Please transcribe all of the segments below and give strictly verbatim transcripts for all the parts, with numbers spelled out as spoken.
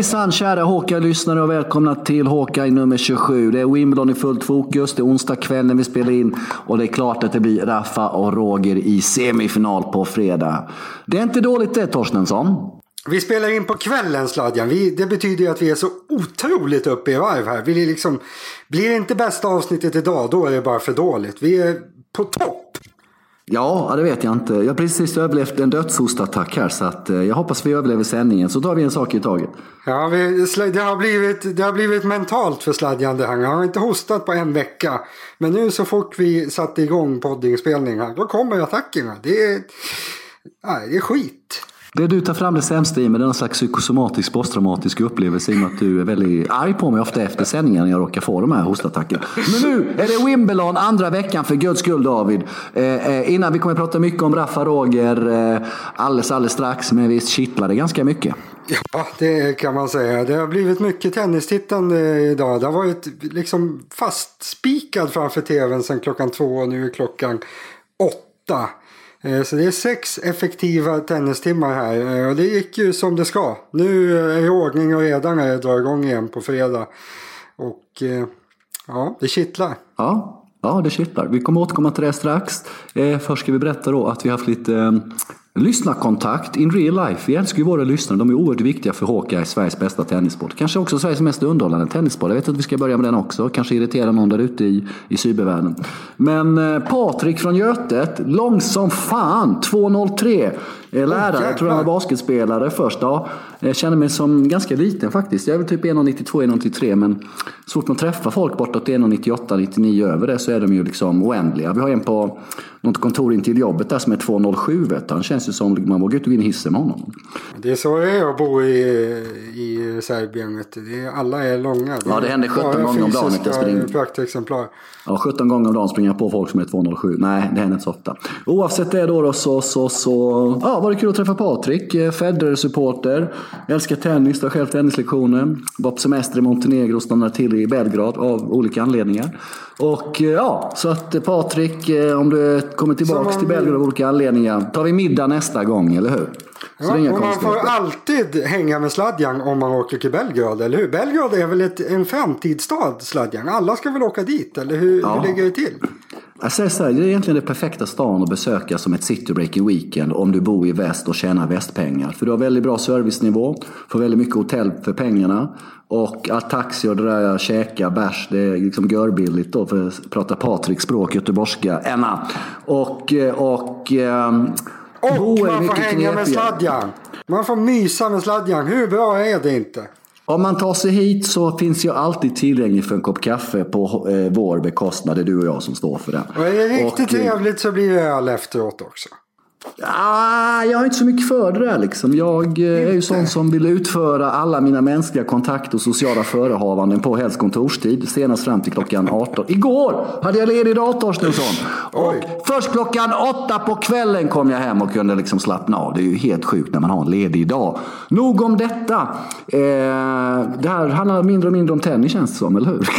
Hejsan kära Hawkeye-lyssnare och välkomna till Hawkeye nummer tjugosju. Det är Wimbledon i fullt fokus, det är onsdag kväll när vi spelar in och det är klart att det blir Rafa och Roger i semifinal på fredag. Det är inte dåligt det, Torstensson. Vi spelar in på kvällen, Sladjan. Vi, det betyder ju att vi är så otroligt uppe i varv här. Vi liksom, blir det inte bästa avsnittet idag, då är det bara för dåligt. Vi är på topp. Ja, det vet jag inte. Jag har precis överlevt en dödshostattack här så att jag hoppas vi överlever sändningen. Så tar vi en sak i taget. Ja, vi, det, har blivit, det har blivit mentalt för Sladjan det här. Jag har inte hostat på en vecka. Men nu så fort vi satte igång poddinspelning här, då kommer attackerna. Det är, nej, det är skit. Det du tar fram det sämsta i med en slags psykosomatisk posttraumatisk upplevelse i och med att du är väldigt arg på mig ofta efter sändningen när jag råkar få de här hostattackerna. Men nu är det Wimbledon andra veckan för guds skull, David. Eh, innan vi kommer att prata mycket om Rafa Roger eh, alldeles, alldeles strax, men visst kittlar det ganska mycket. Ja, det kan man säga. Det har blivit mycket tennistittande idag. Det har varit liksom fastspikad framför tvn sedan klockan två och nu är klockan åtta. Så det är sex effektiva tennistimmar här och det gick ju som det ska. Nu är ordning och reda när jag drar igång igen på fredag. Och ja, det kittlar. Ja, ja det kittlar. Vi kommer återkomma till det strax. Eh, först ska vi berätta då att vi har haft lite eh, lyssnarkontakt in real life. Vi älskar ju våra lyssnare. De är oerhört viktiga för Hawkeye, Sveriges bästa tennissport. Kanske också Sveriges mest underhållande tennissport. Jag vet att vi ska börja med den också. Kanske irritera någon där ute i, i cybervärlden. Men eh, Patrik från Götet, lång som fan, två noll tre. Eh, lärare, oh, jag tror han var basketspelare först. Ja, jag känner mig som ganska liten faktiskt. Jag är väl typ ett nittiotvå ett nittiotre, men så fort man träffar folk bortåt ett nittioåtta nittionio över det så är de ju liksom oändliga. Vi har en på något kontor in till jobbet där som är två noll sju. Vet han känns ju som man vågar inte gå in i hissen med honom. Det är så det är att bo i, i Serbien. Det är, alla är långa. Det ja, det händer sjutton gånger om dagen. Jag springer. Ja, sjutton gånger om dagen springer jag på folk som är två noll sju. Nej, det händer inte så ofta. Oavsett det då, då så, så, så ja, var det kul att träffa Patrik. Federer-supporter. Älskar tennis, tar själv tennislektioner. Var på semester i Montenegro och stannar till i Belgrad av olika anledningar. Och ja, så att Patrik, om du kommer tillbaka till Belgrad av olika anledningar, tar vi middag nästa gång, eller hur? Så ja, och man får alltid hänga med Sladjan om man åker till Belgrad, eller hur? Belgrad är väl ett, en framtidsstad, Sladjan? Alla ska väl åka dit, eller hur, ja. hur ligger det till? Jag säger så här, det är egentligen det perfekta stan att besöka som ett city-breaking weekend om du bor i väst och tjänar västpengar. För du har väldigt bra servicenivå, får väldigt mycket hotell för pengarna och all taxi och det där käka, bärs, det är liksom görbilligt då för att prata Patriks språk, göteborgska, Emma. Och, och, ehm, och man får hänga med Sladjan. Man får mysa med Sladjan. Hur bra är det inte? Om man tar sig hit så finns jag alltid tillgänglig för en kopp kaffe på eh, vår bekostnad. Det är du och jag som står för det. Och är det riktigt och, trevligt så blir det öl efteråt också. Ah, jag har inte så mycket för det där liksom. Jag eh, är ju sån som vill utföra alla mina mänskliga kontakter och sociala förehavanden på helst kontorstid. Senast fram till klockan arton. Igår hade jag ledig dator, Snusson. Och först klockan åtta på kvällen kom jag hem och kunde liksom slappna av. Det är ju helt sjukt när man har en ledig dag. Nog om detta. Eh, det här handlar mindre och mindre om tennis, känns det som, eller hur?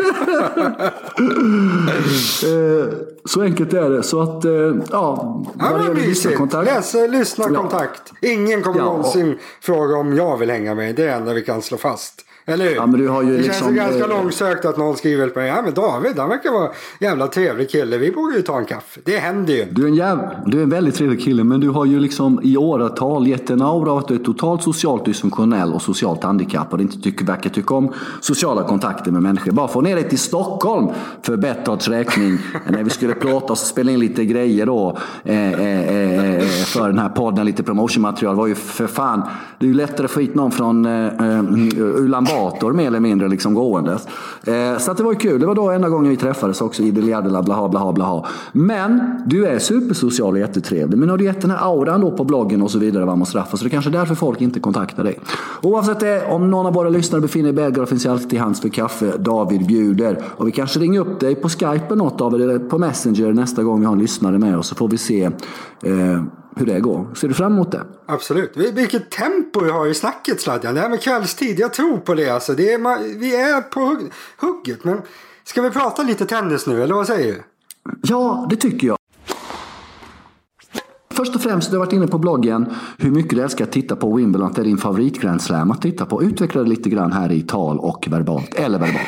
eh, så enkelt är det. Så att, eh, ja... Ja, men lyssna-kontakt. Läs, lyssna-kontakt. Ingen kommer ja, någonsin och... fråga om jag vill hänga med. Det är det enda vi kan slå fast. Eller hur? Ja, men du har ju det liksom, känns ju ganska eh... långsökt att någon skriver på mig. Ja, men David, han verkar vara en jävla trevlig kille. Vi borde ju ta en kaffe. Det händer ju. Du är en, jävla, du är en väldigt trevlig kille. Men du har ju liksom i åratal gett en aura av att du är totalt socialt dysfunktionell och socialt handikappad. Inte tycker, verkar tycka om sociala kontakter med människor. Bara få ner dig till Stockholm för Bettards räkning. När vi skulle plåta och spela in lite grejer då. Eh, eh, eh, för den här podden. Lite promotionmaterial. Var ju för fan. Det är ju lättare att få hit någon från eh, Ulan Bator mer eller mindre liksom gåendes. Eh, så att det var ju kul. Det var då enda gången vi träffades också i Deliadela blaha blaha blaha. Men du är supersocial och jättetrevlig. Men har du gett den här auran då på bloggen och så vidare vad man straffar. Så det är kanske därför folk inte kontaktar dig. Oavsett det, om någon av våra lyssnare befinner i Belgrad finns jag alltid till hands för kaffe. David bjuder. Och vi kanske ringer upp dig på Skype något av er på Messenger nästa gång vi har en lyssnare med oss. Så får vi se eh, hur det går. Ser du fram emot det? Absolut. Vilket tempo vi har i snacket, Sladjan. Det här med kvällstid, jag tror på det. Alltså. Det är, vi är på hugget. Men ska vi prata lite tennis nu, eller vad säger du? Ja, det tycker jag. Först och främst, du har varit inne på bloggen hur mycket du älskar att titta på Wimbledon. Det är din favorit-Grand Slam att titta på. Utveckla det lite grann här i tal och verbalt, eller verbalt.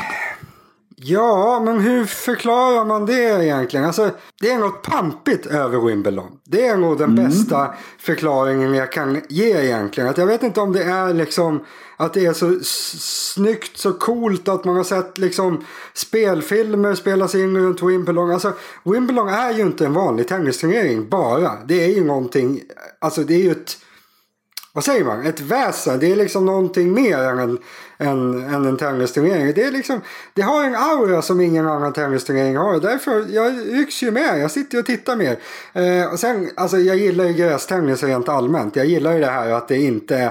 Ja, men hur förklarar man det egentligen? Alltså, det är något pampigt över Wimbledon. Det är nog den mm. bästa förklaringen jag kan ge egentligen. Att jag vet inte om det är liksom att det är så snyggt, så coolt att man har sett liksom spelfilmer spelas in runt Wimbledon. Alltså, Wimbledon är ju inte en vanlig tennisturnering bara. Det är ju någonting, alltså det är ju ett, vad säger man? Ett väsen. Det är liksom någonting mer än en, en, än en tennisturnering. Det är liksom, det har en aura som ingen annan tennisturnering har. Därför, jag rycks ju med. Jag sitter och tittar mer. Eh, och sen, alltså jag gillar ju grästennis rent allmänt. Jag gillar ju det här att det inte är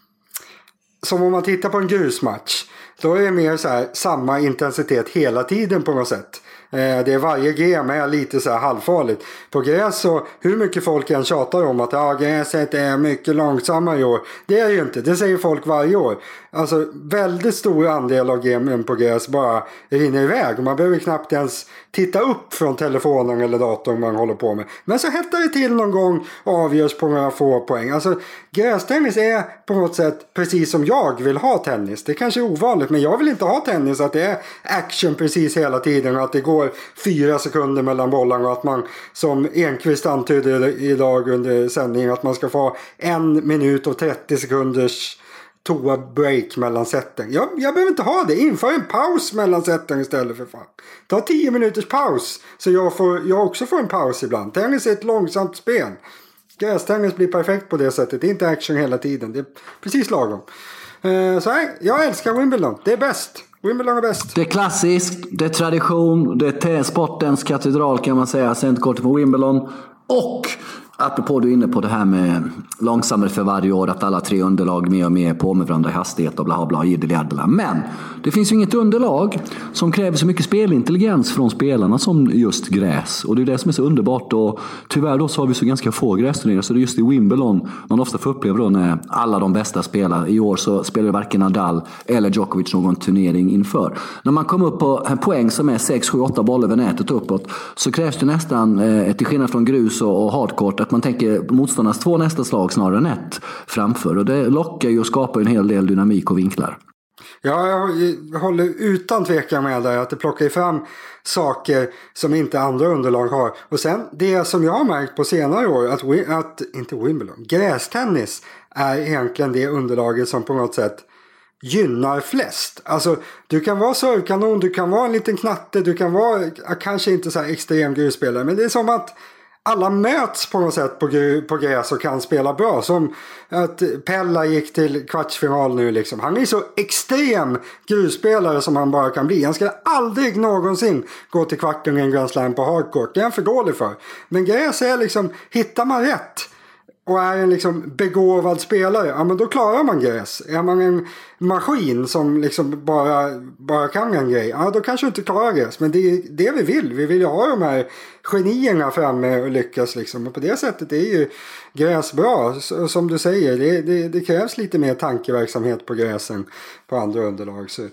som om man tittar på en grusmatch. Då är det mer så här samma intensitet hela tiden på något sätt. Det är varje game är lite så här halvfarligt. På gräs så, hur mycket folk än tjatar om att ja, gräset är mycket långsammare i år. Det är ju inte, det säger folk varje år. Alltså väldigt stor andel av gamen på gräs bara rinner iväg. Man behöver knappt ens titta upp från telefonen eller datorn man håller på med. Men så hettar det till någon gång och avgörs på några få poäng. Alltså grästennis är på något sätt precis som jag vill ha tennis. Det kanske är ovanligt, men jag vill inte ha tennis att det är action precis hela tiden och att det går fyra sekunder mellan bollarna och att man, som Enqvist antydde idag under sändningen, att man ska få en minut och trettio sekunders toa break mellan sätten. Jag, jag behöver inte ha det. Inför en paus mellan sätten istället för fan. Ta tio minuters paus så jag, får, jag också får en paus ibland. Tennis är ett långsamt spel. Grästennis blir perfekt på det sättet. Det är inte action hela tiden. Det är precis lagom. Uh, så här, jag älskar Wimbledon. Det är bäst. Wimbledon är bäst. Det är klassiskt, det är tradition, det är sportens katedral kan man säga. Centerkortet på Wimbledon. Och apropå du är inne på det här med långsammare för varje år, att alla tre underlag mer och mer på med varandra i hastighet och bla bla bla. Men det finns ju inget underlag som kräver så mycket spelintelligens från spelarna som just gräs. Och det är det som är så underbart. Och tyvärr då så har vi så ganska få grästurneringar. Så det är just i Wimbledon man ofta får uppleva då när alla de bästa spelar. I år så spelar varken Nadal eller Djokovic någon turnering inför. När man kommer upp på en poäng som är sex, sju, åtta bollar över nätet uppåt, så krävs det nästan, eh, till skillnad från grus och, och hardcourt, att man tänker motståndarnas två nästa slag snarare än ett framför. Och det lockar ju och skapar en hel del dynamik och vinklar. Ja, jag håller utan tvekan med dig att det plockar fram saker som inte andra underlag har. Och sen det som jag har märkt på senare år, att, att inte Wimbledon, grästennis är egentligen det underlaget som på något sätt gynnar flest. Alltså du kan vara servkanon, du kan vara en liten knatte, du kan vara kanske inte så här extrem grusspelare, men det är som att alla möts på något sätt på, på gräs och kan spela bra. Som att Pella gick till kvartsfinal nu liksom. Han är så extrem grusspelare som han bara kan bli. Han ska aldrig någonsin gå till kvarten i en Grand Slam på hardcourt. Det är han för dålig för. Men gräs är liksom, hittar man rätt och är en liksom begåvad spelare, ja men då klarar man gräs. Är man en maskin som liksom bara, bara kan en grej, ja då kanske inte klarar gräs. Men det är det vi vill. Vi vill ju ha de här genierna framme och lyckas liksom. Och på det sättet är ju gräs bra. Så, som du säger, det, det, det krävs lite mer tankeverksamhet på gräsen på andra underlag. Så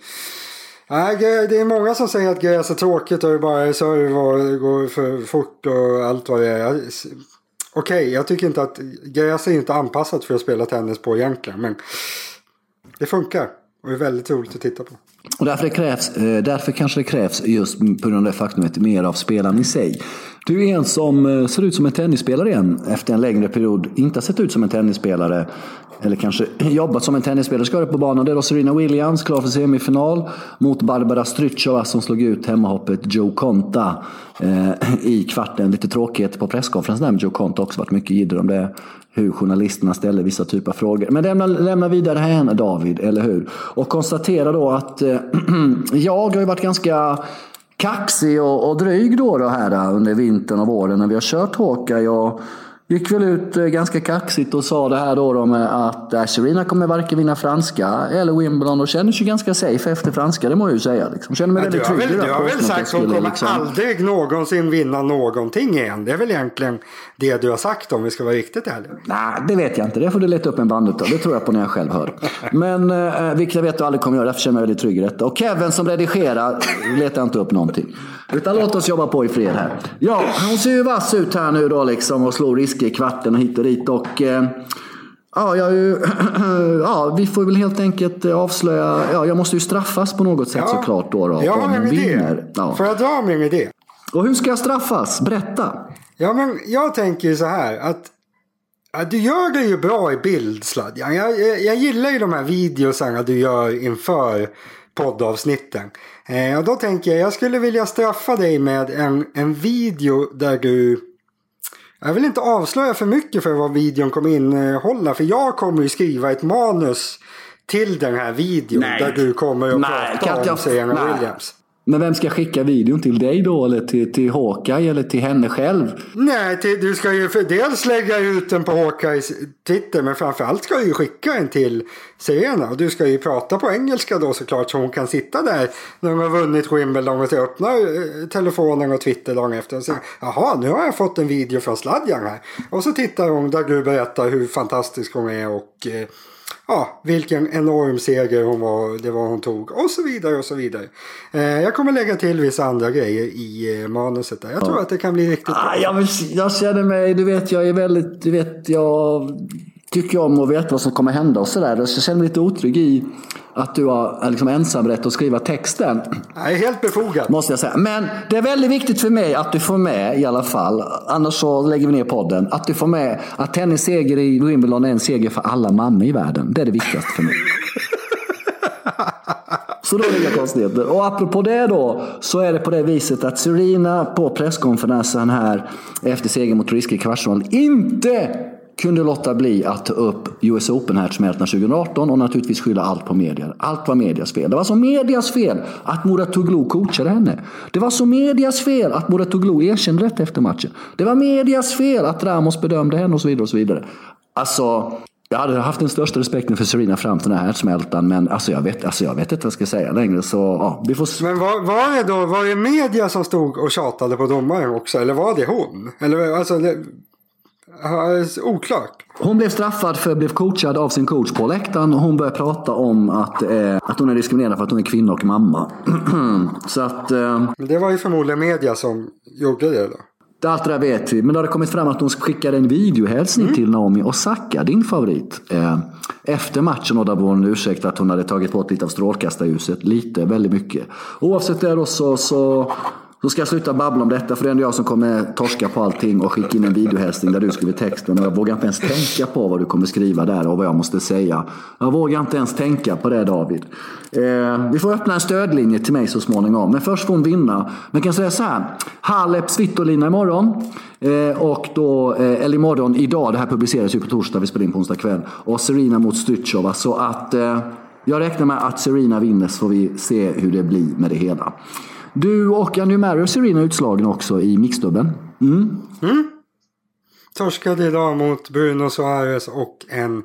nej, det är många som säger att gräs är tråkigt och det bara är serv och det går för fort och allt vad det är. Okej, okay, jag tycker inte att gräs är inte anpassat för att spela tennis på egentligen, men det funkar och är väldigt roligt att titta på. Och därför, det krävs, därför kanske det krävs just på grund av det faktumet mer av spelaren i sig. Du är en som ser ut som en tennisspelare igen efter en längre period. Inte har sett ut som en tennisspelare eller kanske jobbat som en tennisspelare. Ska på banan. Det är då Serena Williams klar för semifinal mot Barbara Strycova som slog ut hemmahoppet Joe Konta eh, i kvarten. Lite tråkigt på presskonferensen där med Joe Konta också varit mycket jidder om det. Hur journalisterna ställer vissa typer av frågor. Men lämna, lämna vidare här David, eller hur? Och konstatera då att eh, jag har ju varit ganska kaxig och, och dryg då, då här under vintern och våren när vi har kört Håka. Jag gick väl ut ganska kaxigt och sa det här då, då med att Serena kommer varken vinna franska eller Wimbledon och känner sig ganska safe efter franska, det må jag ju säga. Liksom. Känner mig väldigt trygg. Du har väl, har väl sagt att hon kommer liksom aldrig någonsin vinna någonting igen. Det är väl egentligen det du har sagt om vi ska vara riktigt ärliga. Nej, det vet jag inte. Det får du leta upp en band utav. Det tror jag på när jag själv hör. Men eh, vilket jag vet att du aldrig kommer göra. Därför känner jag mig väldigt trygg i detta. Och Kevin som redigerar letar inte upp någonting. Utan låt oss jobba på i fred här. Ja, hon ser ju vass ut här nu då liksom och slår risker i kvarten och hit och dit. Och eh, ja, jag ju, ja, vi får väl helt enkelt avslöja. Ja, jag måste ju straffas på något sätt ja, såklart då. då jag har en idé. Ja. Får jag dra min idé? Och hur ska jag straffas? Berätta. Ja, men jag tänker ju så här att ja, du gör det ju bra i bildsladjan. Jag, jag, jag gillar ju de här videosarna du gör inför poddavsnitten. Eh, och då tänker jag, jag skulle vilja straffa dig med en, en video där du... Jag vill inte avslöja för mycket för vad videon kommer innehålla. För jag kommer ju skriva ett manus till den här videon. Nej. Där du kommer att nej, prata om jag... Serena Williams. Men vem ska skicka videon till dig då? Eller till, till Hawkeye eller till henne själv? Nej, till, du ska ju för dels lägga ut den på Hawkeyes Twitter. Men framförallt ska du ju skicka en till Serena. Och du ska ju prata på engelska då såklart. Så hon kan sitta där när hon har vunnit Wimbledon och öppna telefonen och Twitter dagen efter. Och säga, jaha, nu har jag fått en video från Sladjan här. Och så tittar hon där du berättar hur fantastisk hon är och... Eh, ja, vilken enorm seger hon var, det var hon tog och så vidare och så vidare. Eh, jag kommer lägga till vissa andra grejer i eh, manuset där. Jag tror ja. att det kan bli riktigt ah, jag, vill, jag känner mig, du vet, jag är väldigt, du vet, jag tycker om att veta vad som kommer hända och sådär. Jag känner mig lite otrygg i att du har liksom ensamrätt att skriva texten. Jag är helt befogad. Måste jag säga. Men det är väldigt viktigt för mig att du får med i alla fall. Annars så lägger vi ner podden. Att du får med att hennes seger i Wimbledon är en seger för alla mammor i världen. Det är det viktigaste för mig. Så då är det inga konstigheter. Och apropå det då, så är det på det viset att Serena på presskonferensen här efter seger mot Riske i kvartsfinal inte kunde låta bli att ta upp U S Open-härdsmältorna tjugo arton och naturligtvis skylla allt på media. Allt var medias fel. Det var så medias fel att Muratoglu coachade henne. Det var så medias fel att Muratoglu erkände rätt efter matchen. Det var medias fel att Ramos bedömde henne och så vidare och så vidare. Alltså, jag hade haft den största respekten för Serena fram till den här härdsmältan, men alltså jag vet, alltså jag vet inte vad jag ska säga längre. Så, ja, vi får... Men var, var det då, var det media som stod och tjatade på domaren också? Eller var det hon? Eller alltså... Det... oklart. Hon blev straffad för att blev coachad av sin coach på läktaren och hon började prata om att, eh, att hon är diskriminerad för att hon är kvinna och mamma. Så att, eh, det var ju förmodligen media som gjorde det då. Allt det där vet vi. Men då har det kommit fram att hon skickade en videohälsning mm. till Naomi Osaka, din favorit. Eh, efter matchen och där var hon ursäkt att hon hade tagit bort lite av strålkastarljuset. Lite, väldigt mycket. Oavsett det då så... så Så ska jag sluta babbla om detta, för det är ändå jag som kommer torska på allting och skicka in en videohälsning där du skriver texten. Och jag vågar inte ens tänka på vad du kommer skriva där och vad jag måste säga. Jag vågar inte ens tänka på det, David. Eh, vi får öppna en stödlinje till mig så småningom. Men först får hon vinna. Men kan säga så här. Halep Svitolina imorgon. Eh, och då, eh, eller imorgon, idag, det här publiceras ju på torsdag, vi spelar in på onsdag kväll. Och Serena mot Strycova. Så att eh, jag räknar med att Serena vinner, så får vi se hur det blir med det hela. Du och Andy Murray och Serena utslagen också i mixdubben. Mm. Mm. Torskade idag mot Bruno Suarez och en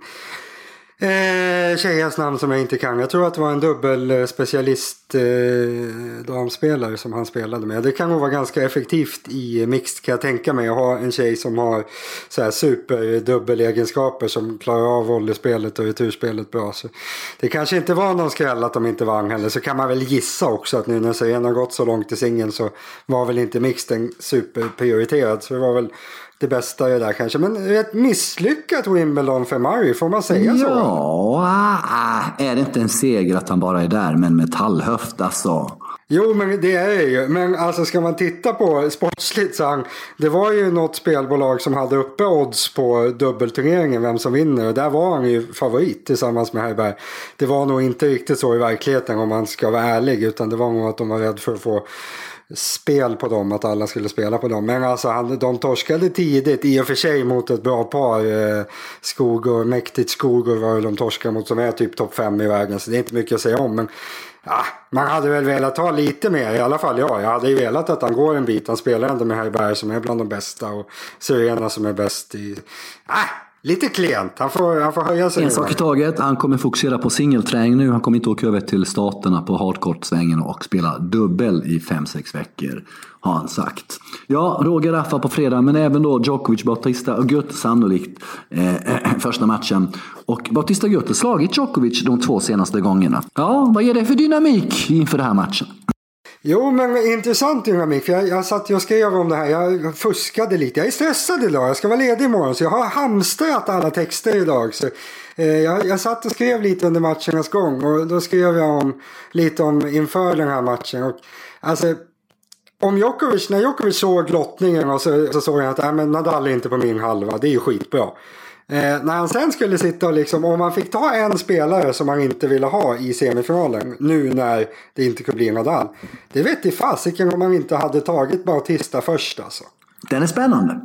eh, tjejens namn som jag inte kan. Jag tror att det var en dubbel specialist eh, damspelare som han spelade med. Det kan nog vara ganska effektivt i mixed, kan jag tänka mig. Att ha en tjej som har så här super dubbelegenskaper som klarar av volleyspelet och returspelet bra. Så det kanske inte var någon skräll att de inte vann heller. Så kan man väl gissa också att nu när Serena har gått så långt i singeln så var väl inte mixed en superprioriterad. Så det var väl det bästa är där kanske. Men ett misslyckat Wimbledon för Murray, får man säga ja, så? Ja, är det inte en seger att han bara är där med en metallhöft alltså? Jo, men det är det ju. Men alltså ska man titta på sportsligt så han, det var ju något spelbolag som hade uppe odds på dubbelturneringen, vem som vinner. Och där var han ju favorit tillsammans med Herberg. Det var nog inte riktigt så i verkligheten om man ska vara ärlig. Utan det var nog att de var rädda för att få spel på dem, att alla skulle spela på dem. Men alltså han, de torskade tidigt i och för sig mot ett bra par. eh, Skogor, mäktigt Skogor var de torskade mot, som är typ topp fem i världen, så det är inte mycket att säga om. Men ja, man hade väl velat ta lite mer, i alla fall ja. Jag hade ju velat att han går en bit. Han spelar ändå med Herberg som är bland de bästa och Serena som är bäst i... Ah, lite klent. Han får, han får höja sig. En sak i taget. Han kommer fokusera på singelträning nu. Han kommer inte åka över till staterna på hardcourt-svängen och spela dubbel i fem sex veckor, har han sagt. Ja, Roger Rafa på fredag, men även då Djokovic, Bautista Agut sannolikt eh, första matchen. Och Bautista Agut har slagit Djokovic de två senaste gångerna. Ja, vad är det för dynamik inför den här matchen? Jo, men intressant dynamik. För jag, jag satt och skrev om det här. Jag fuskade lite. Jag är stressad idag. Jag ska vara ledig imorgon. Så jag har hamstrat alla texter idag. Så, eh, jag, jag satt och skrev lite under matchernas gång. Och då skrev jag om, lite om inför den här matchen. Och, alltså, om Djokovic, när Djokovic såg lottningen och så, så såg jag att äh, men Nadal är inte på min halva. Det är ju skitbra. Eh, när han sen skulle sitta och liksom, om man fick ta en spelare som man inte ville ha i semifinalen, nu när det inte kunde bli Nadal, det vet i fasiken om man inte hade tagit Bautista först alltså. Den är spännande.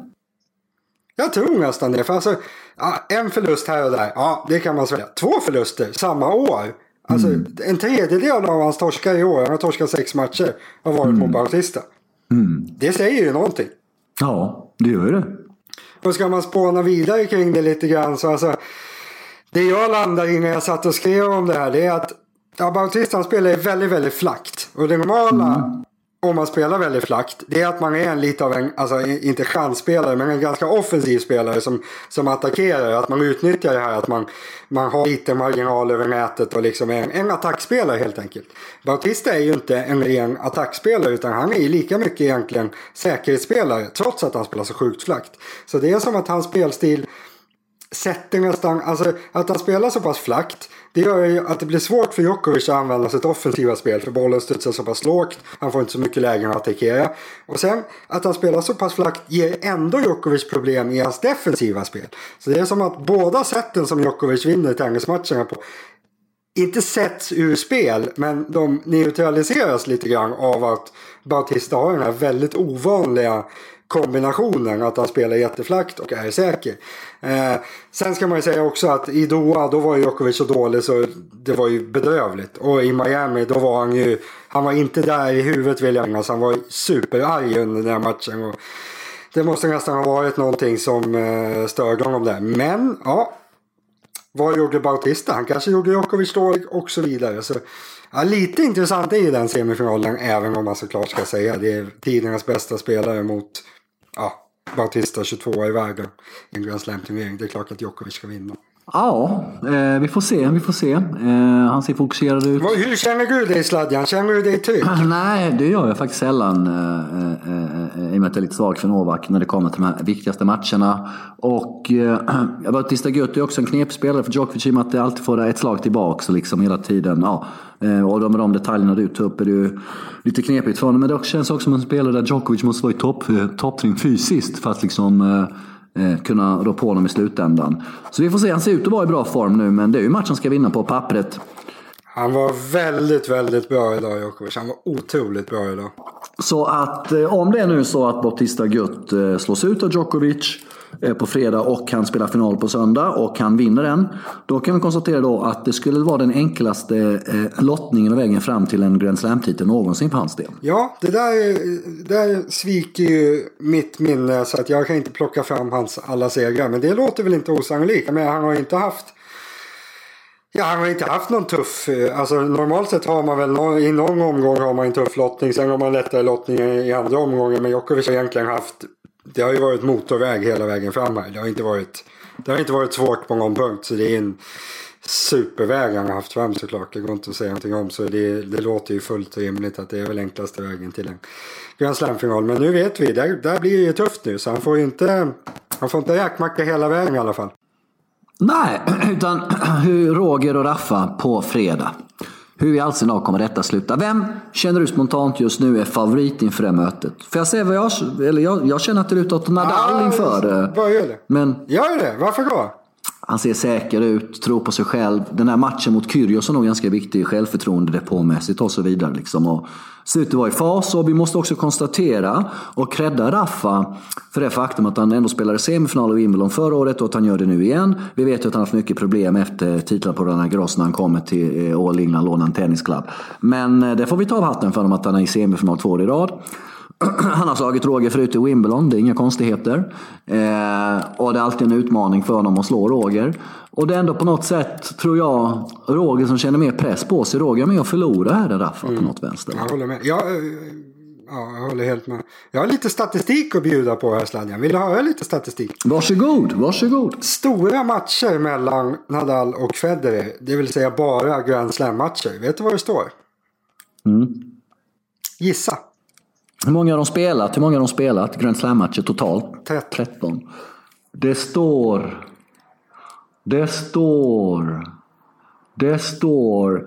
Jag tror nästan det, för alltså, ja, en förlust här och där, ja det kan man säga. Två förluster samma år. Alltså mm. en tredjedel av hans torskar i år, han har torskat sex matcher, har varit mm. på Bautista. Mm. Det säger ju någonting. Ja, det gör det. Och ska man spåna vidare kring det lite grann så alltså, det jag landar i när jag satt och skrev om det här, det är att ja, Bautista spelar väldigt, väldigt flackt. Och det normala mm. om man spelar väldigt flackt, det är att man är en lite av en, alltså inte chansspelare, men en ganska offensiv spelare som, som attackerar. Att man utnyttjar det här, att man, man har lite marginal över nätet och liksom är en, en attackspelare helt enkelt. Bautista är ju inte en ren attackspelare, utan han är ju lika mycket egentligen säkerhetsspelare, trots att han spelar så sjukt flackt. Så det är som att hans spelstil sätter nästan, alltså att han spelar så pass flackt, det gör ju att det blir svårt för Djokovic att använda sitt offensiva spel, för bollen studsar så pass lågt, han får inte så mycket lägen att attackera. Och sen att han spelar så pass flackt ger ändå Djokovic problem i hans defensiva spel. Så det är som att båda sätten som Djokovic vinner tennismatcherna på inte sätts ur spel, men de neutraliseras lite grann av att Bautista har den här väldigt ovanliga kombinationen att han spelar jätteflackt och är säker. Eh, sen ska man ju säga också att i Doha då var Djokovic så dålig så det var ju bedrövligt. Och i Miami då var han ju, han var inte där i huvudet vill jag minnas, han var superarg under den här matchen. Och det måste nästan ha varit någonting som eh, störde honom där. Men ja, vad gjorde Bautista? Han kanske gjorde Djokovic då och så vidare. Så ja, lite intressant är ju den semifinalen, även om man såklart ska säga det är tidernas bästa spelare mot ja, Bautista tjugotvå i världen i en Grand Slam-turnering. Det är klart att Djokovic ska vinna. Ja, eh, vi får se, vi får se. Eh, han ser fokuserad ut. Hur känner du dig, Sladjan? Känner du dig trygg? Nej, det gör jag faktiskt sällan. Eh, eh, I och med att jag är lite svag för Novak när det kommer till de här viktigaste matcherna. Och eh, Bautista Gött är också en knepspelare för Djokovic i och med att det alltid får ett slag tillbaka så liksom hela tiden. Ja. Eh, och de, med de detaljerna du tar upp är det ju lite knepigt för honom. Men det känns också som en spelare där Djokovic måste vara i topp, topptrim fysiskt för att liksom Eh, Eh, kunna rå på honom i slutändan. Så vi får se, han ser ut att vara i bra form nu, men det är ju matchen ska vinna på pappret. Han var väldigt, väldigt bra idag, Djokovic. Han var otroligt bra idag. Så att eh, om det är nu så att Bautista Gött eh, slås ut av Djokovic eh, på fredag och han spelar final på söndag och han vinner den, då kan vi konstatera då att det skulle vara den enklaste eh, lottningen och vägen fram till en Grand Slam-titel någonsin på hans del. Ja, det där, där sviker ju mitt minne så att jag kan inte plocka fram hans alla segrar, men det låter väl inte osannolikt. Men han har inte haft Ja, han har inte haft någon tuff, alltså normalt sett har man väl någon, i någon omgång har man en tuff lottning, sen har man lättare lottning i andra omgången, men Djokovic har egentligen haft, det har ju varit motorväg hela vägen fram här, det har inte varit, det har inte varit svårt på någon punkt, så det är en superväg han har haft fram såklart, det går inte att säga någonting om, så det, det låter ju fullt rimligt att det är väl enklaste vägen till en Grand Slam-final, men nu vet vi, där, där blir det ju tufft nu, så han får ju inte, han får inte räkmacka hela vägen i alla fall. Nej, utan hur Roger och Raffa på fredag. Hur i all sin dag kommer detta sluta? Vem känner du spontant just nu är favorit inför det mötet? För jag säger vad jag, eller jag, jag känner att det lutar åt Nadal ah, inför. Vad gör det? Men gör det? Varför då? Han ser säker ut, tror på sig själv. Den här matchen mot Kyrgios är nog ganska viktig, självförtroende depåmässigt och så vidare. Liksom. Och slutet var i fas, och vi måste också konstatera och credda Raffa för det faktum att han ändå spelade semifinal i Wimbledon förra året och att han gör det nu igen. Vi vet ju att han har haft mycket problem efter titlar på Roland Garros när han kommer till All England London Tennis Club. Men det får vi ta av hatten för honom att han är i semifinal två år i rad. Han har slagit Roger förut i Wimbledon, det är inga konstigheter. Eh, och det är alltid en utmaning för honom att slå Roger. Och det är ändå på något sätt, tror jag, Roger som känner mer press på sig. Roger är med och förlorar här, den Raffa mm. på något vänster. Jag håller med. Jag, ja, jag håller helt med. Jag har lite statistik att bjuda på här, Sladjan. Vill du höra lite statistik? Varsågod, varsågod. Stora matcher mellan Nadal och Federer, det vill säga bara Grand Slam-matcher. Vet du vad det står? Mm. Gissa. Hur många har de spelat? Hur många har de spelat? Grand Slam-matcher totalt? tretton. Det står... Det står... Det står...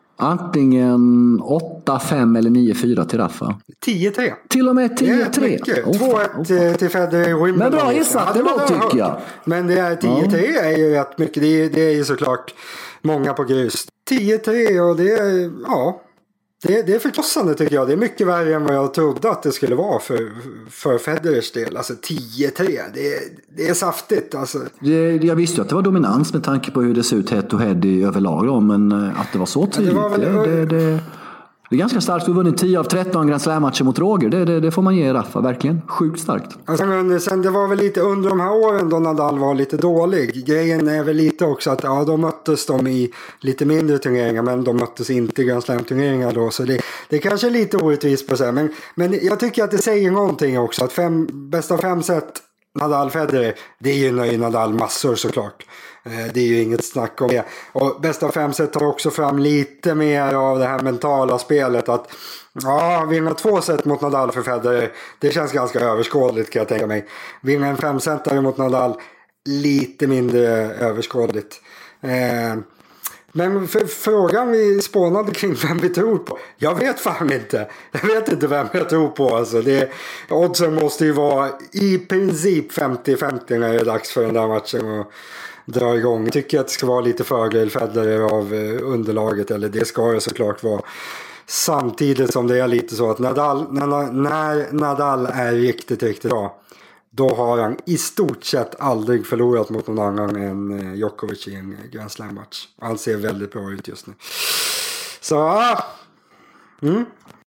Antingen åtta fem eller nio fyra till Rafa. tio tre. Till och med tio tre. två ett till Federer och Wimbledon. Men bra gissat, det var tycker jag. Men det är tio tre är ju rätt mycket. Det är, det är ju såklart många på grus. tio tre och det är, ja... Det, det är förkrossande tycker jag. Det är mycket värre än vad jag trodde att det skulle vara för, för Federers del. Alltså tio tre, det, det är saftigt. Alltså. Det, jag visste ju att det var dominans med tanke på hur det ser ut head to head i överlag. Då, men att det var så tidigt. Ja, det, var väl... det, det, det är ganska starkt. Vi har vunnit tio av tretton Grand Slam-matcher mot Roger. Det, det, det får man ge Rafa, verkligen. Sjukt starkt. Alltså, men sen det var väl lite under de här åren då Nadal var lite dålig. Grejen är väl lite också att ja, då möttes de i lite mindre turneringar. Men de möttes inte i Grand Slam-turneringar då. Så det, det är kanske lite orättvist på sig. Men, men jag tycker att det säger någonting också. Att fem, bästa fem set Nadal Federer, det är ju nöj Nadal massor såklart. Det är ju inget snack om det. Och bästa fem set tar också fram lite mer av det här mentala spelet. Att ja, vinna två set mot Nadal för Federer, det känns ganska överskådligt kan jag tänka mig. Vinna en femsetare mot Nadal, lite mindre överskådligt. Eh, men för frågan vi spånade kring vem vi tror på. Jag vet fan inte. Jag vet inte vem jag tror på. Alltså det, oddsen måste ju vara i princip femtio femtio när det är dags för den där matchen och dra igång. Jag tycker att det ska vara lite fördel Federer av underlaget, eller det ska det såklart vara. Samtidigt som det är lite så att Nadal, när, när Nadal är riktigt, riktigt bra, då har han i stort sett aldrig förlorat mot någon annan än Djokovic i en Grand Slam-match. Han ser väldigt bra ut just nu. Så, ah. mm.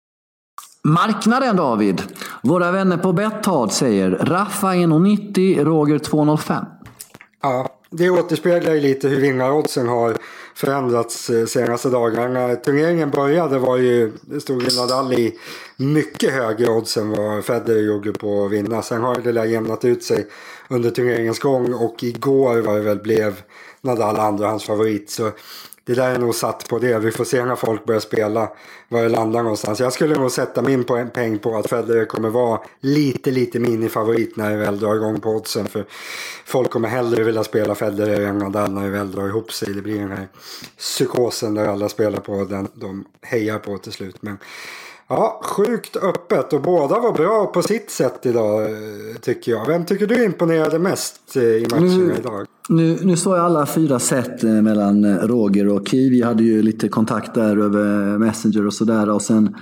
Marknaden, David. Våra vänner på Betthard säger Rafa en nittio, Roger två noll fem. Ja, det återspeglar ju lite hur vinnaroddsen har förändrats senaste dagarna. När turneringen började var ju, det stod ju Nadal i mycket högre odds än vad Federer gjorde på att vinna. Sen har det där jämnat ut sig under turneringens gång och igår var det väl blev Nadal andra hans favorit. Så det där är nog satt på det. Vi får se när folk börjar spela var det landar någonstans. Jag skulle nog sätta min peng på att Federer kommer vara lite, lite minifavorit när det väl drar igång på oddsen. För folk kommer hellre vilja spela Federer än Nadal när det väl drar ihop sig. Det blir den här psykosen där alla spelar på den de hejar på till slut. Men ja, sjukt öppet och båda var bra på sitt sätt idag tycker jag. Vem tycker du imponerade mest i matchen idag? Nu, nu såg jag alla fyra set mellan Roger och Key. Vi hade ju lite kontakt där över Messenger och sådär. Och sen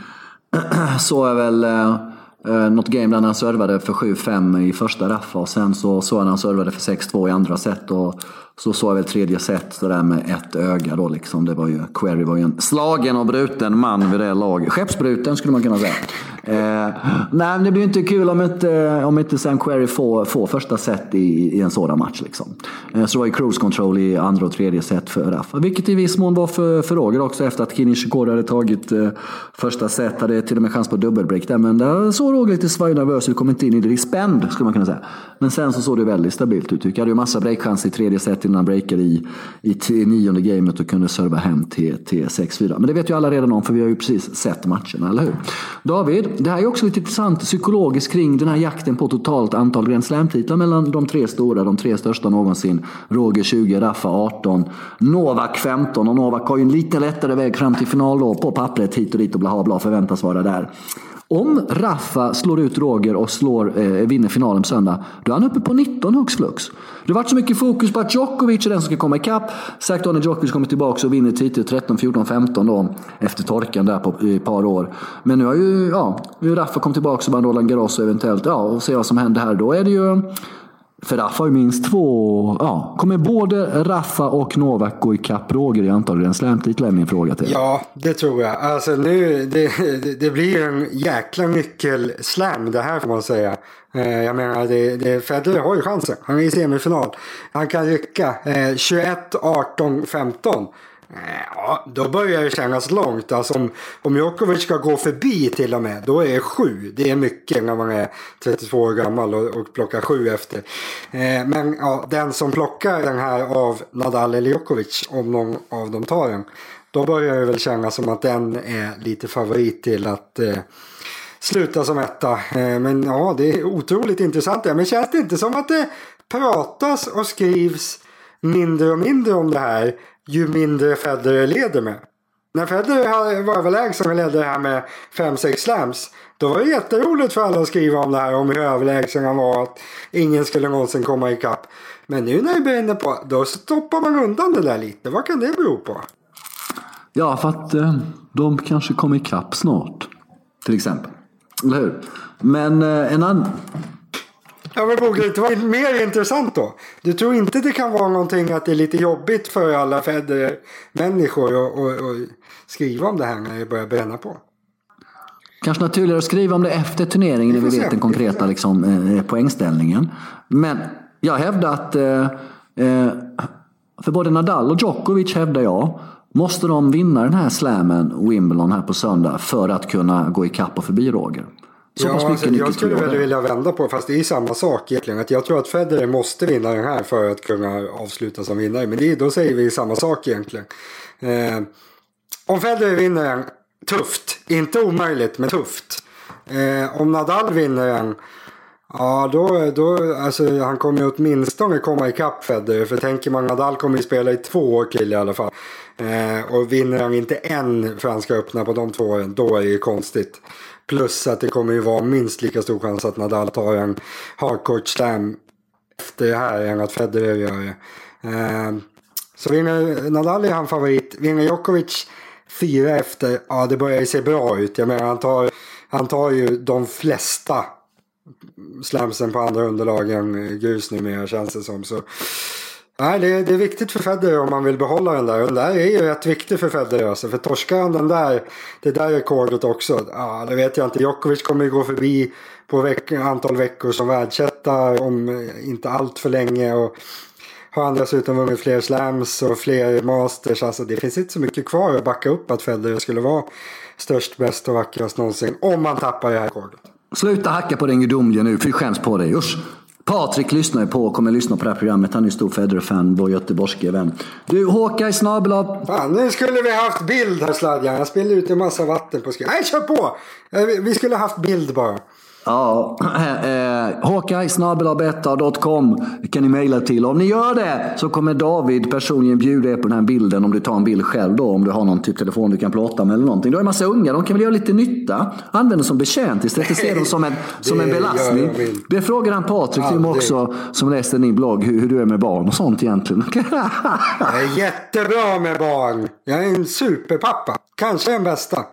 såg jag väl eh, något game där han servade för sju fem i första Rafa. Och sen så såg jag han servade för sex två i andra set. Och så såg jag väl tredje set så där med ett öga då liksom. Det var ju, Querrey var ju en slagen och bruten man vid det lag. Skeppsbruten skulle man kunna säga. Eh, nej, det blir inte kul om inte, om inte Sam Querrey får, får första set i, i en sådan match liksom. Eh, så var ju cruise control i andra och tredje set för Rafa. Vilket i viss mån var för, för Roger också efter att Nishikori hade tagit eh, första set. Hade till och med chans på dubbelbreak där. Men där såg Roger lite svag nervös ut. Kom inte in i det i spänd skulle man kunna säga. Men sen så såg det väldigt stabilt ut. Tycker jag hade ju massa breakchans i tredje set innan han breakade i, i t- nionde gamet och kunde serva hem till, till sex fyra. Men det vet ju alla redan om för vi har ju precis sett matchen, eller hur? David, det här är också lite intressant psykologiskt kring den här jakten på totalt antal Grand Slam-titlar mellan de tre stora, de tre största någonsin. Roger tjugo, Rafa arton, Novak femton och Novak har ju en lite lättare väg fram till final då, på pappret hit och dit och bla bla förväntas vara där. Om Rafa slår ut Roger och slår, eh, vinner finalen på söndag, då är han uppe på nitton hux flux. Det har varit så mycket fokus på att Djokovic är den som ska komma ikapp. Sagt då när Djokovic kommer tillbaka och vinner titel tretton fjorton femton då, efter torkan där på ett par år. Men nu har ju, ja, nu Rafa kom tillbaka och bara Roland Garros och eventuellt, ja, och se vad som händer här. Då är det ju, för Rafa har ju minst två, ja, kommer både Rafa och Novak gå ikapp Roger i antal Grand Slam-titlar är min fråga till. Ja, det tror jag. Alltså nu, det, det blir en jäkla nyckelslam det här får man säga. Jag menar, det, det, Federer har ju chansen. Han är i semifinal. Han kan rycka eh, tjugoett arton femton. Ja, då börjar det kännas långt. Alltså om, om Djokovic ska gå förbi till och med, då är sju. Det är mycket när man är trettiotvå år gammal och, och plockar sju efter. Eh, men ja, den som plockar den här av Nadal eller Djokovic, om någon av dem tar den, då börjar det väl kännas som att den är lite favorit till att eh, sluta som etta. Eh, men ja, det är otroligt intressant. Men känns det inte som att det pratas och skrivs mindre och mindre om det här ju mindre Federer leder med? När Federer var överlägsen och ledde det här med fem sex slams, då var det jätteroligt för alla att skriva om det här, om hur överlägsen han var, att ingen skulle någonsin komma ikapp. Men nu när det brinner på, då stoppar man undan det där lite. Vad kan det bero på? Ja, för att eh, de kanske kommer ikapp snart, till exempel. Eller hur? Men eh, en annan... Ja, men Boge, det var mer intressant då. Du tror inte det kan vara någonting att det är lite jobbigt för alla Federer-människor att och, och skriva om det här när det börjar bränna på? Kanske naturligare att skriva om det efter turneringen när vi vet den konkreta liksom, eh, poängställningen. Men jag hävdar att eh, eh, för både Nadal och Djokovic hävdar jag, måste de vinna den här slammen Wimbledon här på söndag för att kunna gå ikapp och förbi Roger. Så ja, alltså, jag skulle väl vilja vända på, fast det är samma sak egentligen. Att jag tror att Federer måste vinna den här för att kunna avsluta som vinnare. Men det, då säger vi samma sak egentligen. Eh, om Federer vinner den, tufft. Inte omöjligt, men tufft. Eh, om Nadal vinner den, ja då, då alltså, han kommer ju åtminstone komma ikapp Federer. För tänker man Nadal kommer ju spela i två år till i alla fall. Eh, och vinner han inte en franska öppna på de två åren, då är det ju konstigt. Plus att det kommer ju vara minst lika stor chans att Nadal tar en hardcourt slam efter det här än att Federer gör det. Eh, så vinner Nadal är han favorit. Vinner Djokovic fyra efter, ja det börjar ju se bra ut. Jag menar han tar, han tar ju de flesta slamsen på andra underlagen grus numera känns det som. Så nej, det är, det är viktigt för Federer om man vill behålla den där. Och den där är ju rätt viktig för Federer. Alltså. För torskar han den där, det där rekordet också. Ja, det vet jag inte. Djokovic kommer ju gå förbi på veck- antal veckor som världsetta om inte allt för länge. Och har han dessutom vunnit fler slams och fler masters. Alltså det finns inte så mycket kvar att backa upp att Federer skulle vara störst, bäst och vackrast någonsin. Om man tappar det här rekordet. Sluta hacka på den gudomliga nu, för skäms på dig. Usch. Patrik lyssnar på och kommer lyssna på det här programmet. Han är stor Federer-fan, vår göteborgske vän. Du, Håkan Snabelab. Fan, nu skulle vi haft bild här sladjan. Jag spillde ut en massa vatten på skrevet. Nej, kör på! Vi skulle haft bild bara. Ja, eh, Håkan snabelabetta dot com kan ni mejla till. Om ni gör det så kommer David personligen bjuda er på den här bilden. Om du tar en bild själv då, om du har någon typ telefon du kan plåta med eller någonting. Då är en massa unga, de kan väl göra lite nytta. Använder som betjänt istället för att se dem som en, som en belastning. Det frågar han Patrik Tim också, som läste din blogg, hur, hur du är med barn och sånt egentligen. Jag är jättebra med barn. Jag är en superpappa. Kanske den bästa.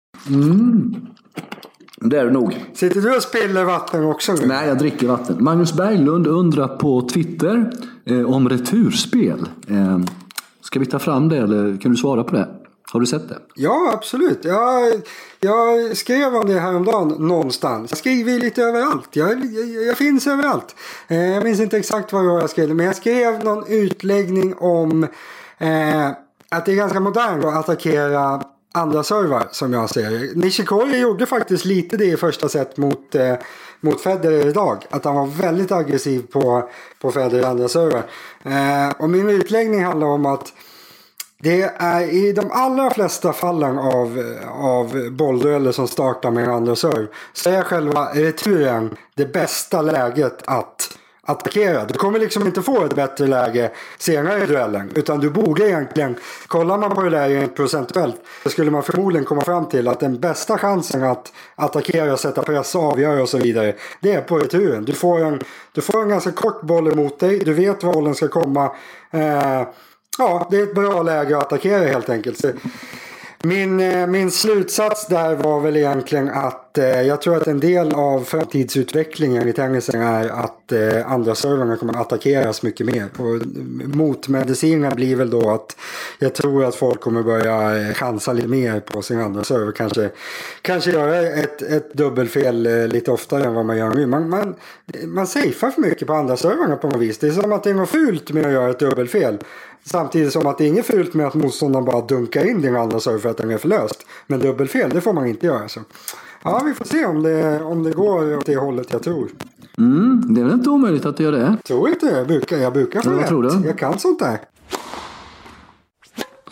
Mm. Det är det nog. Sitter du och spiller vatten också nu? Nej, jag dricker vatten. Magnus Berglund undrar på Twitter eh, om returspel. Eh, ska vi ta fram det eller kan du svara på det? Har du sett det? Ja, absolut. Jag, jag skrev om det häromdagen någonstans. Jag skriver lite överallt. Jag, jag, jag finns överallt. Eh, jag minns inte exakt vad jag skrev. Men jag skrev någon utläggning om eh, att det är ganska modernt att attackera andra servar som jag ser. Nishikori gjorde faktiskt lite det i första set mot, eh, mot Federer idag. Att han var väldigt aggressiv på, på Federer andra servar. Eh, och min utläggning handlar om att det är i de allra flesta fallen av, av bolldueller som startar med andra serv, så är själva returen det bästa läget att attackera. Du kommer liksom inte få ett bättre läge senare i duellen, utan du borde egentligen, kollar man på det där rent procentuellt, så skulle man förmodligen komma fram till att den bästa chansen att attackera, sätta press, avgöra och så vidare, det är på returen. Du får en, du får en ganska kort boll emot dig, du vet var bollen ska komma. Eh, ja, det är ett bra läge att attackera helt enkelt. Så Min, min slutsats där var väl egentligen att eh, jag tror att en del av framtidsutvecklingen i tennisen är att eh, andra serverna kommer att attackeras mycket mer. Och motmedicinen blir väl då att jag tror att folk kommer börja chansa lite mer på sin andra server. Kanske, kanske göra ett, ett dubbelfel eh, lite oftare än vad man gör nu. Man, man, man safear för mycket på andra serverna på något vis. Det är som att det är något fult med att göra ett dubbelfel. Samtidigt som att det är inget fult med att motståndaren bara dunkar in din andra serve för att den är förlöst. Men dubbelfel, det får man inte göra. Så. Ja, vi får se om det, om det går åt det hållet jag tror. Mm, det är väl inte omöjligt att det gör det. Tror inte, jag brukar, jag brukar få rätt. Jag kan sånt där.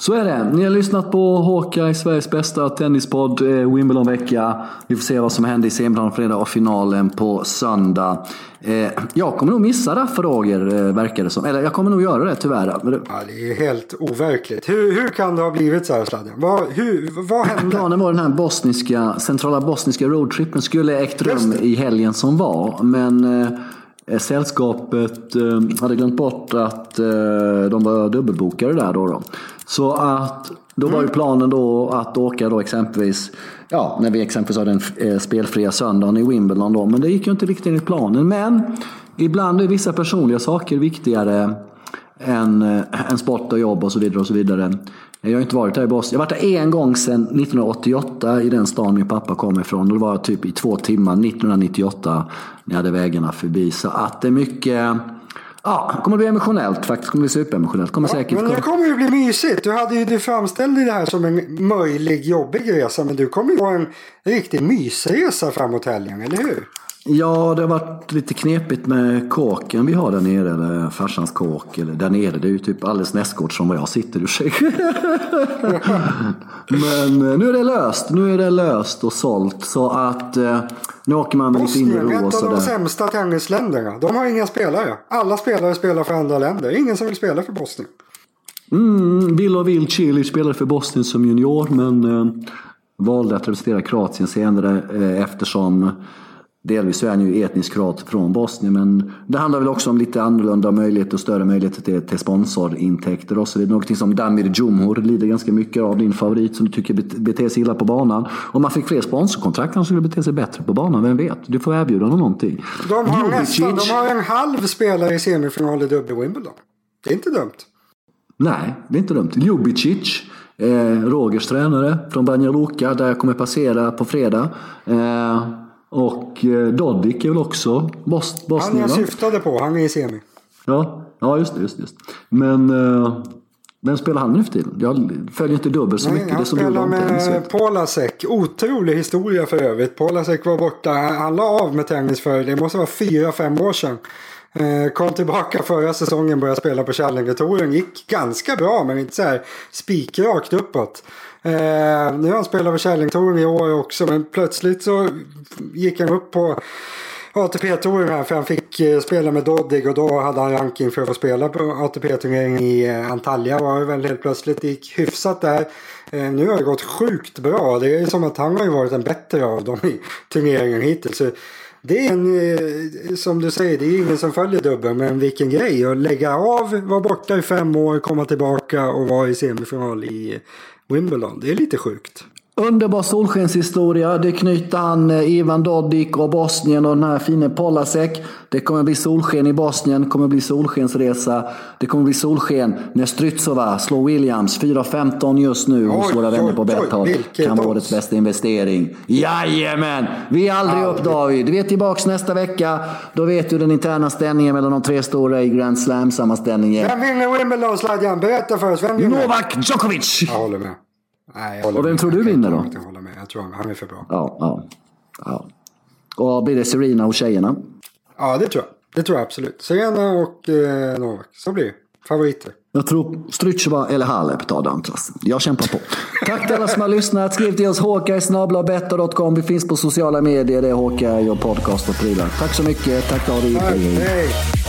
Så är det. Ni har lyssnat på Hawkeye, Sveriges bästa tennispodd, eh, Wimbledon-vecka. Vi får se vad som händer i semifinalen fredag och finalen på söndag. Eh, jag kommer nog missa det för Roger, eh, verkar det som. Eller jag kommer nog göra det, tyvärr. Ja, det är helt overkligt. Hur, hur kan det ha blivit så här, Sladden? Vad, hur, vad hände? Planen var den här bosniska, centrala bosniska roadtrippen skulle ägt rum i helgen som var. Men... Eh, Sällskapet eh, hade glömt bort att eh, de var dubbelbokade där då, då. Så att då var ju planen då att åka då exempelvis, ja, när vi exempelvis hade den eh, spelfria söndagen i Wimbledon då, men det gick ju inte riktigt enligt planen. Men ibland är vissa personliga saker viktigare än, eh, än sport och jobb och så vidare och så vidare. Jag har inte varit där i Bosnien. Jag har varit där en gång sedan nittonhundraåttioåtta i den stan min pappa kom ifrån. Då var jag typ i två timmar nittonhundranittioåtta när jag hade vägarna förbi. Så att det är mycket... Ja, det kommer bli emotionellt faktiskt. Det kommer bli superemotionellt. Kommer ja, säkert... Men det kommer ju bli mysigt. Du hade ju du framställde det här som en möjlig jobbig resa. Men du kommer ju ha en riktig mysresa framåt helgen, eller hur? Ja, det har varit lite knepigt med kåken vi har där nere, eller farsans kåk, eller där nere, det är ju typ alldeles nästgård som var jag sitter ur sig. Men nu är det löst, nu är det löst och sålt, så att nu åker man med lite inre ro. Bosnien, ett av de sämsta tennisländerna, de har inga spelare. Alla spelare spelar för andra länder, ingen som vill spela för Bosnien. Mm, Bill och Will Cilic spelade för Bosnien som junior, men eh, valde att representera Kroatien senare eh, eftersom delvis är han ju etnisk kroat från Bosnien, men det handlar väl också om lite annorlunda möjligheter och större möjligheter till, till sponsorintäkter och så. Det är något som Damir Djumhur lider ganska mycket av, din favorit som du tycker beter sig illa på banan. Om man fick fler sponsorkontrakt så skulle bete sig bättre på banan, vem vet? Du får erbjuda honom någonting. De har, nästan, de har en halv spelare i semifinal i dubbel Wimbledon. Det är inte dumt. Nej, det är inte dumt. Ljubicic, eh, Rogers tränare från Banja Luka, där jag kommer passera på fredag. Eh, Och Dodik är väl också Bos- Bosnien. Han jag syftade på, han är i semi. Ja, ja just det, just, just. Men uh, vem spelar han nu för tiden? Jag följer inte dubbel så Nej, mycket. Han det som spelar med Polasek. Otrolig historia för övrigt. Polasek var borta, han la av med tennis för, det måste vara fyra, fem år sedan. Kom tillbaka förra säsongen, började spela på Challenger-touren. Gick ganska bra, men inte så här spikrakt uppåt. Eh, nu har han spelat på Challenger-touren i år också, men plötsligt så gick han upp på A T P-touren här, för han fick eh, spela med Dodig, och då hade han ranking för att få spela på A T P-turneringen i eh, Antalya. Var väl helt plötsligt, det gick hyfsat där. Eh, nu har det gått sjukt bra. Det är som att han har ju varit en bättre av dem i turneringen hittills. Så det är en, som du säger, det är ingen som följer dubbeln, men vilken grej att lägga av, vara borta i fem år, komma tillbaka och vara i semifinal i Wimbledon. Det är lite sjukt. Underbar solskenshistoria. Det knyter an Ivan Dodik och Bosnien och den här fina Polasek. Det kommer bli solsken i Bosnien. Det kommer bli solskensresa. Det kommer bli solsken när Strytsova slår Williams fyra femton just nu hos våra vänner på Betthard. Kan vara årets bästa investering. Jajamän! Vi är aldrig upp, David. Vi är tillbaka nästa vecka. Då vet du den interna ställningen mellan de tre stora i Grand Slam-sammanställningen. Vem vinner Wimbledon, Sladjan? Berätta för oss. Vem vinner? Novak Djokovic! Jag håller med. Nej, och vem med. tror du vinner då? Jag håller med. Jag tror han är för bra. Ja, ja, ja. Och blir det Serena och tjejerna? Ja, det tror jag. Det tror jag absolut. Serena och eh, Novak. Så blir det. Favoriter. Jag tror Strytsova eller Halep tar den klassen. Jag kämpar på. Tack till alla som har lyssnat. Skriv till oss hawkeye snabel-a betta punkt com. Vi finns på sociala medier. Det är Hawkeye och podcast och prylar. Tack så mycket. Tack David. Tack. Hej.